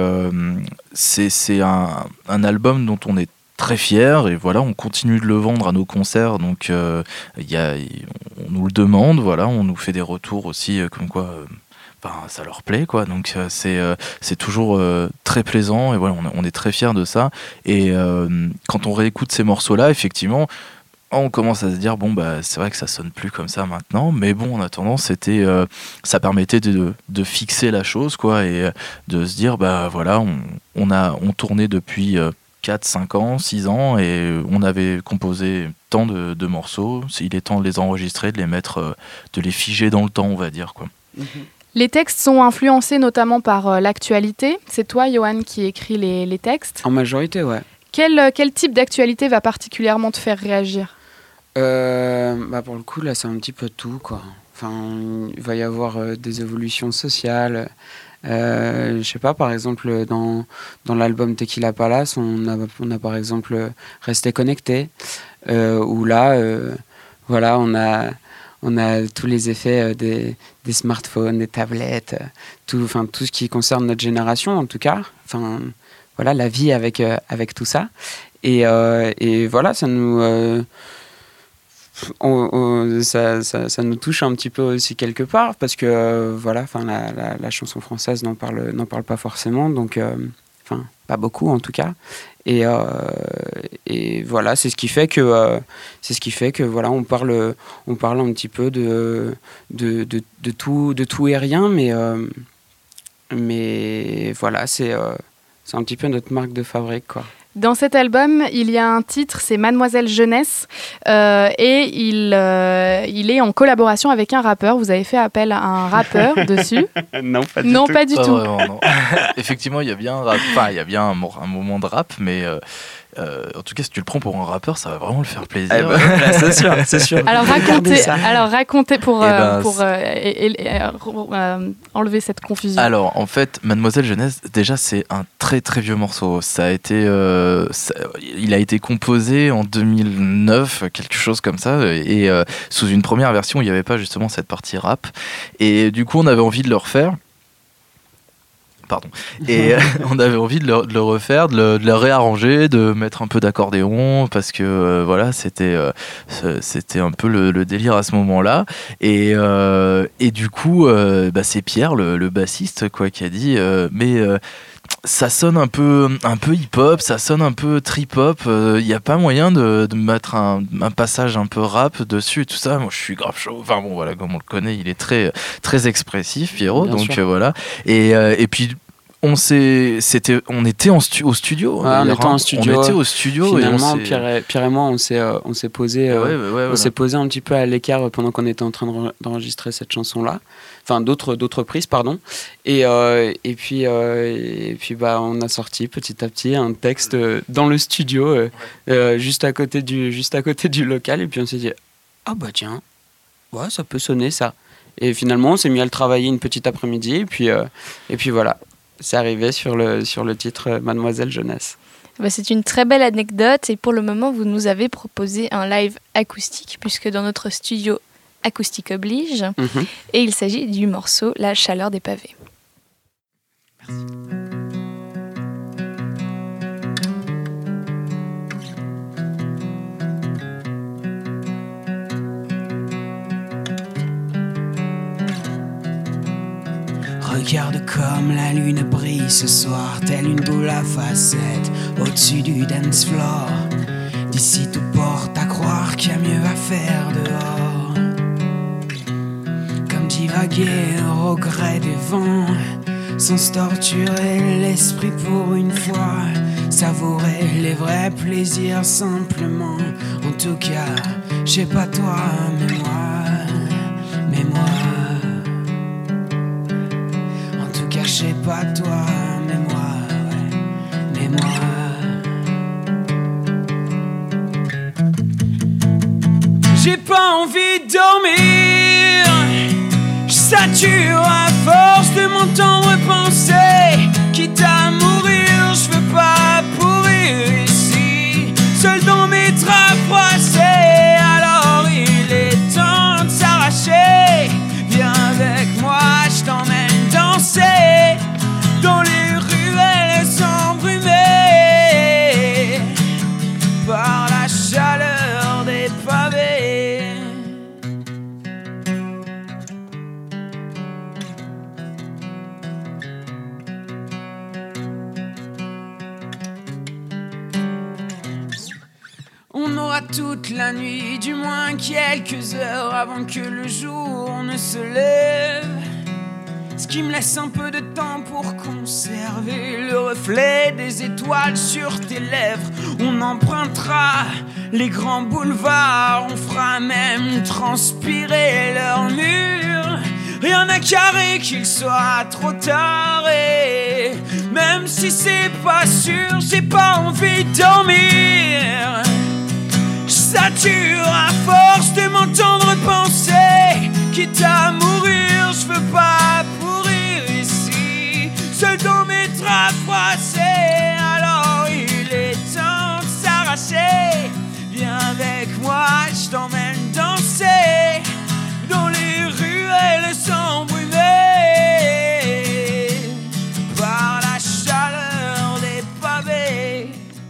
un album dont on est très fiers et voilà, on continue de le vendre à nos concerts. Donc on nous le demande, voilà, on nous fait des retours aussi comme quoi. Ça leur plaît, quoi. Donc c'est toujours très plaisant et voilà, on est très fiers de ça. Et quand on réécoute ces morceaux-là, effectivement, on commence à se dire bon bah c'est vrai que ça sonne plus comme ça maintenant, mais bon en attendant c'était ça permettait de fixer la chose quoi et de se dire bah voilà on tournait depuis 4, 5 ans, 6 ans et on avait composé tant de morceaux, il est temps de les enregistrer, de les mettre, de les figer dans le temps on va dire quoi. Les textes sont influencés notamment par l'actualité. C'est toi, Johan, qui écris les textes. En majorité, ouais. Quel type d'actualité va particulièrement te faire réagir ? Pour le coup, là, c'est un petit peu tout, quoi. Enfin, il va y avoir des évolutions sociales. Je sais pas, par exemple, dans l'album Tequila Palace, on a par exemple Resté Connecté, où là, voilà, on a tous les effets des smartphones, des tablettes, tout ce qui concerne notre génération, en tout cas. Enfin, voilà, la vie avec tout ça. Et voilà, ça nous... ça nous touche un petit peu aussi quelque part, parce que voilà, la chanson française n'en parle pas forcément, donc... pas beaucoup en tout cas, et voilà, c'est ce qui fait que voilà, on parle un petit peu de tout et rien, mais voilà, c'est un petit peu notre marque de fabrique, quoi. Dans cet album, il y a un titre, c'est Mademoiselle Jeunesse, et il est en collaboration avec un rappeur. Vous avez fait appel à un rappeur dessus ? Non, pas du non, tout. Pas du tout. Vraiment, non. Effectivement, il y a bien un moment de rap, mais en tout cas, si tu le prends pour un rappeur, ça va vraiment le faire plaisir. C'est sûr. Alors racontez pour enlever cette confusion. Alors, en fait, Mademoiselle Jeunesse, déjà, c'est un très très vieux morceau. Il a été composé en 2009, quelque chose comme ça, et sous une première version, il n'y avait pas justement cette partie rap. Et du coup, on avait envie de le refaire. Et on avait envie de le refaire, de le réarranger, de mettre un peu d'accordéon, parce que voilà, c'était un peu le délire à ce moment-là. Et du coup, c'est Pierre, le bassiste, quoi, qui a dit ça sonne un peu hip-hop, ça sonne un peu trip-hop, il n'y a pas moyen de mettre un passage un peu rap dessus, tout ça. Moi, je suis grave chaud. Enfin bon, voilà, comme on le connaît, il est très, très expressif, Pierrot. Bien donc sûr. Voilà. Et puis, on était au studio. Ouais, on était en studio. On était au studio. Finalement, Pierre et moi, on s'est posé posé un petit peu à l'écart pendant qu'on était en train d'enregistrer cette chanson-là. Enfin, d'autres prises, pardon. Et puis, on a sorti petit à petit un texte dans le studio, juste à côté du local. Et puis on s'est dit, ah bah tiens, ouais, ça peut sonner ça. Et finalement, on s'est mis à le travailler une petite après-midi. Et puis voilà. C'est arrivé sur le titre Mademoiselle Jeunesse. C'est une très belle anecdote et pour le moment vous nous avez proposé un live acoustique puisque dans notre studio acoustique oblige et il s'agit du morceau La chaleur des pavés. Merci. Regarde comme la lune brille ce soir, telle une boule à facettes au-dessus du dance floor. D'ici tout porte à croire qu'il y a mieux à faire dehors. Comme divaguer au gré des vents, sans se torturer l'esprit pour une fois. Savourer les vrais plaisirs simplement. En tout cas, je sais pas toi, mais moi. Je sais pas toi, mais moi. J'ai pas envie de dormir, je sature à force de m'entendre penser. Quitte à mourir, je veux pas pourrir ici, seul dans mes draps froissés. Alors il est temps de s'arracher, viens avec moi, je t'emmène danser dans les ruelles embrumées par la chaleur des pavés. On aura toute la nuit, du moins quelques heures avant que le jour ne se lève. Ce qui me laisse un peu de temps pour conserver le reflet des étoiles sur tes lèvres. On empruntera les grands boulevards, on fera même transpirer leurs murs. Rien n'a carré qu'il soit trop tard et même si c'est pas sûr, j'ai pas envie de dormir. Je sature à force de m'entendre penser, quitte à mourir, je veux pas pourrir ici, seul dans mes draps froissés. Alors il est temps de s'arracher. Viens avec moi, je t'emmène danser dans les ruelles embrumées par la chaleur des pavés.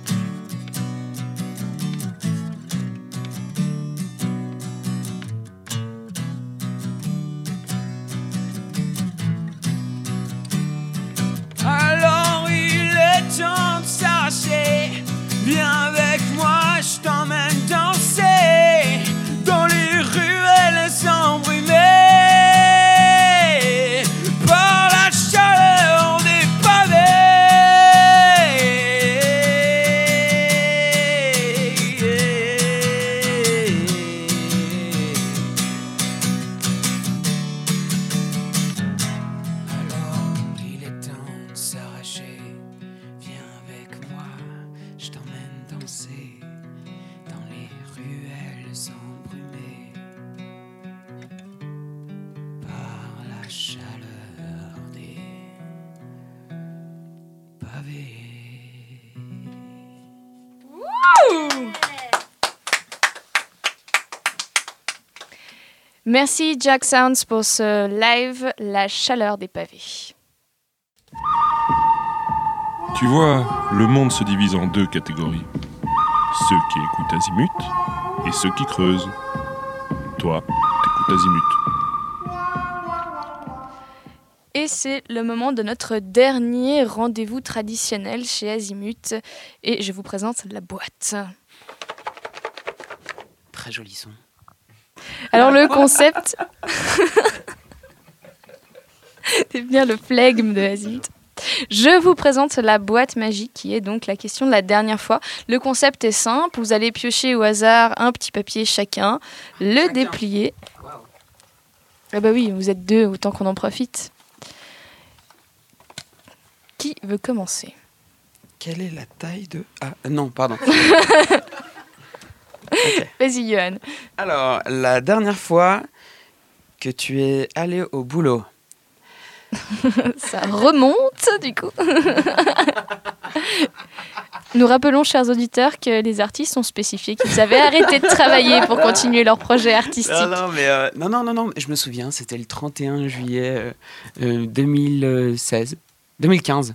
Alors il est temps de s'arracher. Viens avec moi, je t'emmène danser dans les ruelles embrumées par la chaleur des Alors il est temps de s'arracher. Viens avec moi, je t'emmène danser dans les ruelles embrumées par la chaleur des pavés. Merci Jack Sounds pour ce live La chaleur des pavés. Tu vois, le monde se divise en deux catégories. Ceux qui écoutent Azimut et ceux qui creusent. Toi, t'écoutes Azimut. Et c'est le moment de notre dernier rendez-vous traditionnel chez Azimut. Et je vous présente la boîte. Très joli son. Alors le concept... C'est bien le flegme de Azimut. Je vous présente la boîte magique qui est donc la question de la dernière fois. Le concept est simple, vous allez piocher au hasard un petit papier chacun, le déplier. Wow. Ah bah oui, vous êtes deux, autant qu'on en profite. Qui veut commencer ? Quelle est la taille de... Ah, non, pardon. Okay. Vas-y, Johan. Alors, la dernière fois que tu es allé au boulot. Ça remonte, du coup. Nous rappelons, chers auditeurs, que les artistes ont spécifié qu'ils avaient arrêté de travailler pour continuer leur projet artistique. Non, je me souviens, c'était le 31 juillet 2015.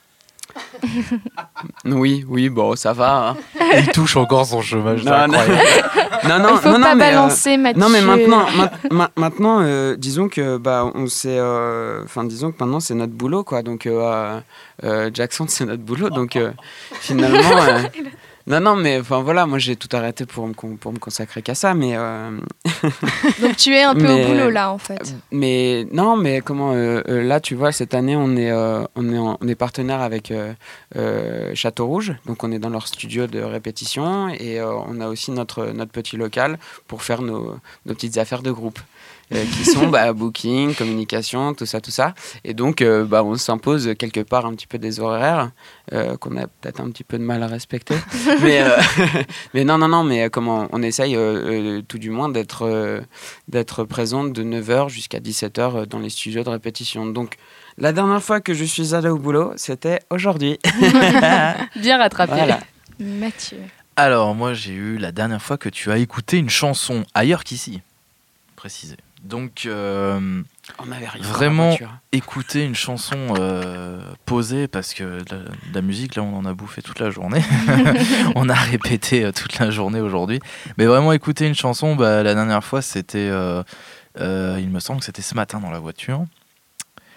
Oui, bon, ça va. Hein. Il touche encore son chômage. Non, il faut pas balancer, Mathieu. Non, mais maintenant, disons que disons que maintenant c'est notre boulot, quoi. Donc, Jackson, c'est notre boulot. Donc, finalement, non, mais enfin voilà, moi j'ai tout arrêté pour me consacrer qu'à ça, mais. Donc tu es un peu au boulot là, en fait. Mais non, mais comment là, tu vois, cette année, on est partenaire avec Château Rouge, donc on est dans leur studio de répétition et on a aussi notre petit local pour faire nos petites affaires de groupe. Qui sont booking, communication, tout ça. Et donc, on s'impose quelque part un petit peu des horaires qu'on a peut-être un petit peu de mal à respecter. mais non, mais comment on essaye tout du moins d'être présente de 9h jusqu'à 17h dans les studios de répétition. Donc, la dernière fois que je suis allée au boulot, c'était aujourd'hui. Bien rattrapé. Voilà. Mathieu. Alors, moi, j'ai eu la dernière fois que tu as écouté une chanson ailleurs qu'ici, précisé. Donc, vraiment écouter une chanson posée, parce que de la musique, là, on en a bouffé toute la journée. On a répété toute la journée aujourd'hui. Mais vraiment écouter une chanson, la dernière fois, c'était, il me semble que c'était ce matin dans la voiture.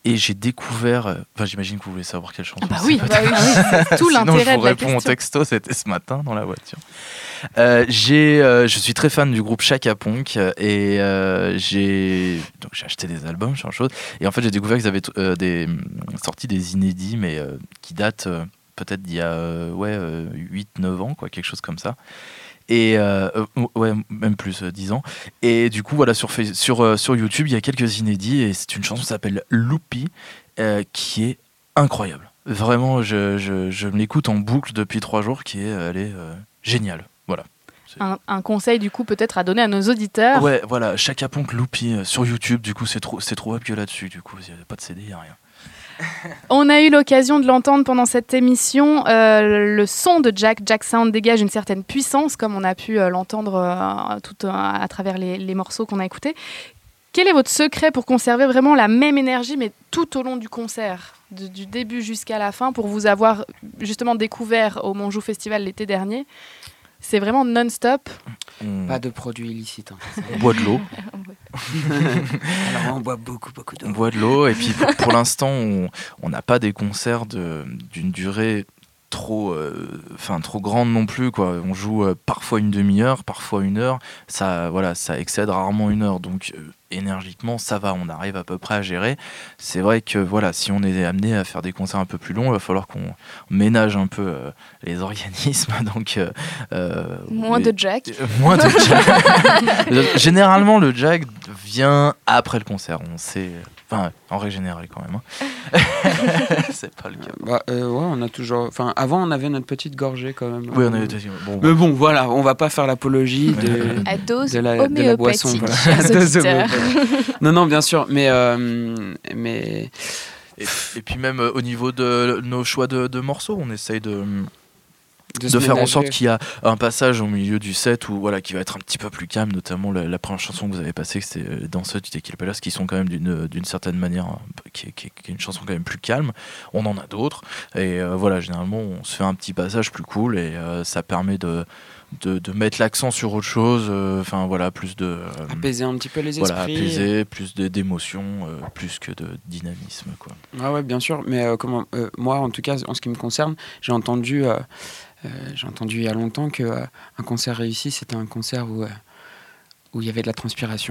Et j'ai découvert, j'imagine que vous voulez savoir quelle chanson. Bah oui, c'est tout l'intérêt de la question. Sinon je vous réponds au texto, c'était ce matin dans la voiture. Je suis très fan du groupe Chaka Ponk et j'ai acheté des albums, genre chose. Et en fait j'ai découvert qu'ils avaient sorti des inédits, mais qui datent peut-être d'il y a 8-9 ans, quoi, quelque chose comme ça. Et même plus 10 ans. Et du coup voilà, sur YouTube il y a quelques inédits et c'est une chanson qui s'appelle Loopy qui est incroyable. Vraiment je me l'écoute en boucle depuis 3 jours, elle est géniale. Voilà. Un conseil du coup peut-être à donner à nos auditeurs. Ouais, voilà, Chaka Ponk Loopy sur YouTube, du coup c'est trouvable que là-dessus, du coup il n'y a pas de CD, il n'y a rien. On a eu l'occasion de l'entendre pendant cette émission. Le son de Jack Sound dégage une certaine puissance, comme on a pu l'entendre à travers les morceaux qu'on a écoutés. Quel est votre secret pour conserver vraiment la même énergie, mais tout au long du concert, du début jusqu'à la fin, pour vous avoir justement découvert au Montjoux Festival l'été dernier? C'est vraiment non-stop. Pas de produits illicites. On boit de l'eau. Alors on boit beaucoup d'eau. On boit de l'eau et puis pour l'instant on n'a pas des concerts d'une durée trop grande non plus, quoi. On joue parfois une demi-heure, parfois 1 heure. Ça excède rarement 1 heure, donc énergiquement ça va, on arrive à peu près à gérer. C'est vrai que voilà, si on est amené à faire des concerts un peu plus longs, il va falloir qu'on ménage un peu les organismes, donc moins de Jack. Moins de Jack. Généralement le Jack vient après le concert, on sait, en règle générale quand même. C'est pas le cas. On a toujours, avant on avait notre petite gorgée quand même. Oui, on avait mais bon, voilà, on va pas faire l'apologie de la boisson. Voilà. Non, bien sûr, mais et puis même au niveau de nos choix de morceaux, on essaye de faire en sorte qu'il y a un passage au milieu du set qui va être un petit peu plus calme, notamment la première chanson que vous avez passée, que c'est Dans ce Tequila Palace, qui sont quand même d'une certaine manière qui est une chanson quand même plus calme. On en a d'autres et généralement on se fait un petit passage plus cool et ça permet de mettre l'accent sur autre chose, plus de apaiser un petit peu les esprits, apaiser, plus d'émotion, plus que de dynamisme, quoi. Ah ouais, bien sûr, mais moi en tout cas en ce qui me concerne, j'ai entendu il y a longtemps que un concert réussi, c'était un concert où il y avait de la transpiration.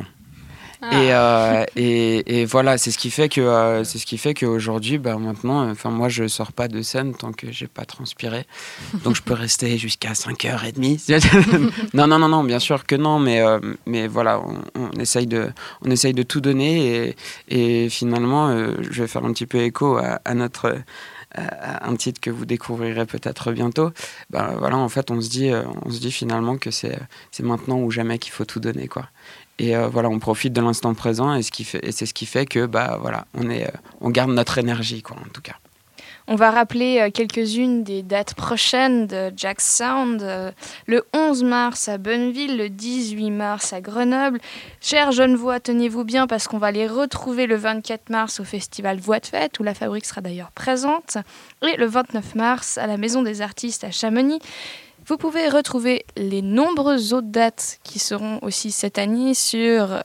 Et voilà, c'est ce qui fait qu'aujourd'hui, maintenant, moi je sors pas de scène tant que j'ai pas transpiré, donc je peux rester jusqu'à 5h30. non, bien sûr que non, mais voilà, on essaye de tout donner et finalement, je vais faire un petit peu écho à notre un titre que vous découvrirez peut-être bientôt. En fait, on se dit finalement que c'est maintenant ou jamais qu'il faut tout donner, quoi. Et on profite de l'instant présent et c'est ce qui fait que on garde notre énergie, quoi, en tout cas. On va rappeler quelques-unes des dates prochaines de Jack Sound. Le 11 mars à Bonneville, le 18 mars à Grenoble. Chers Genevois, tenez-vous bien parce qu'on va les retrouver le 24 mars au festival Voix de Fête, où la Fabrique sera d'ailleurs présente. Et le 29 mars à la Maison des Artistes à Chamonix. Vous pouvez retrouver les nombreuses autres dates qui seront aussi cette année sur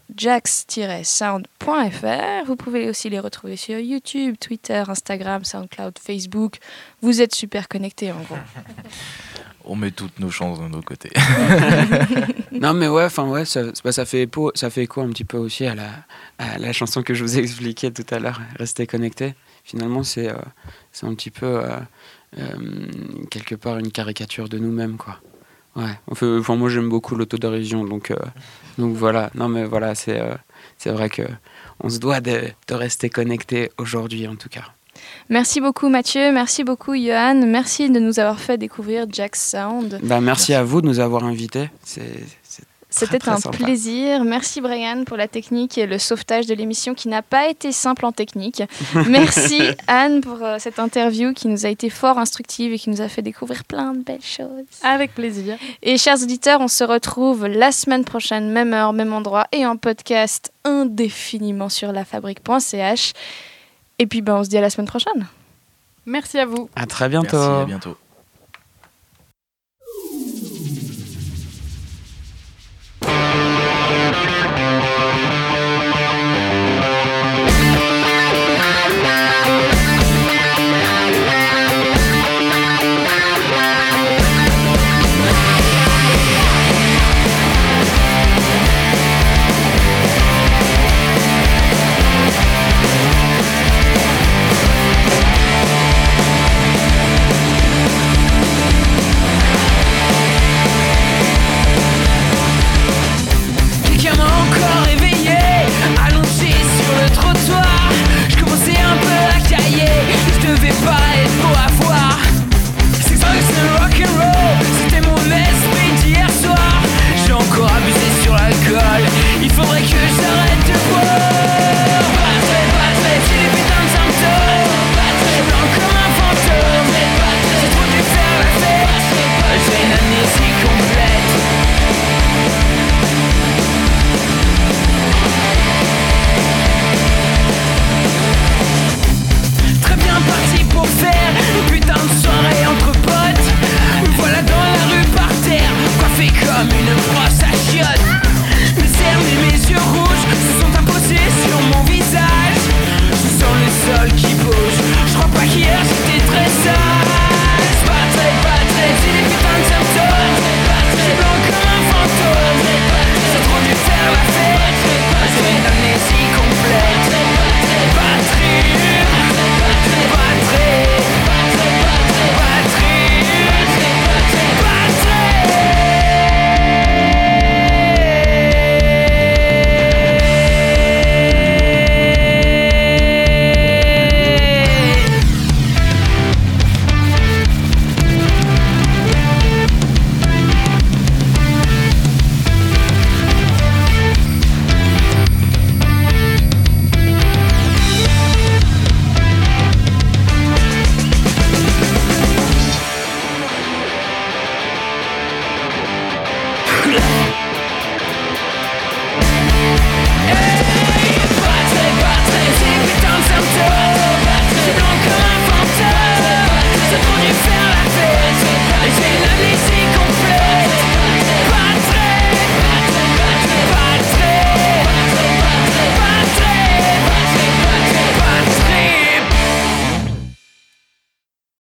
jax-sound.fr. Vous pouvez aussi les retrouver sur YouTube, Twitter, Instagram, SoundCloud, Facebook. Vous êtes super connectés en gros. On met toutes nos chances de nos côtés. Non mais ça fait écho un petit peu aussi à la chanson que je vous ai expliquée tout à l'heure, Restez connectés. Finalement c'est un petit peu... quelque part une caricature de nous-mêmes, quoi. Ouais. Moi j'aime beaucoup l'autodérision, donc voilà. Non mais voilà, c'est vrai que on se doit de rester connecté aujourd'hui, en tout cas. Merci beaucoup Mathieu, merci beaucoup Johan, merci de nous avoir fait découvrir Jack Sound. Merci à vous de nous avoir invités. C'était très un sympa. Plaisir. Merci Brian pour la technique et le sauvetage de l'émission qui n'a pas été simple en technique. Merci Anne pour cette interview qui nous a été fort instructive et qui nous a fait découvrir plein de belles choses. Avec plaisir. Et chers auditeurs, on se retrouve la semaine prochaine, même heure, même endroit et en podcast indéfiniment sur lafabrique.ch. Et puis on se dit à la semaine prochaine. Merci à vous. À très bientôt. Merci, à bientôt. clair.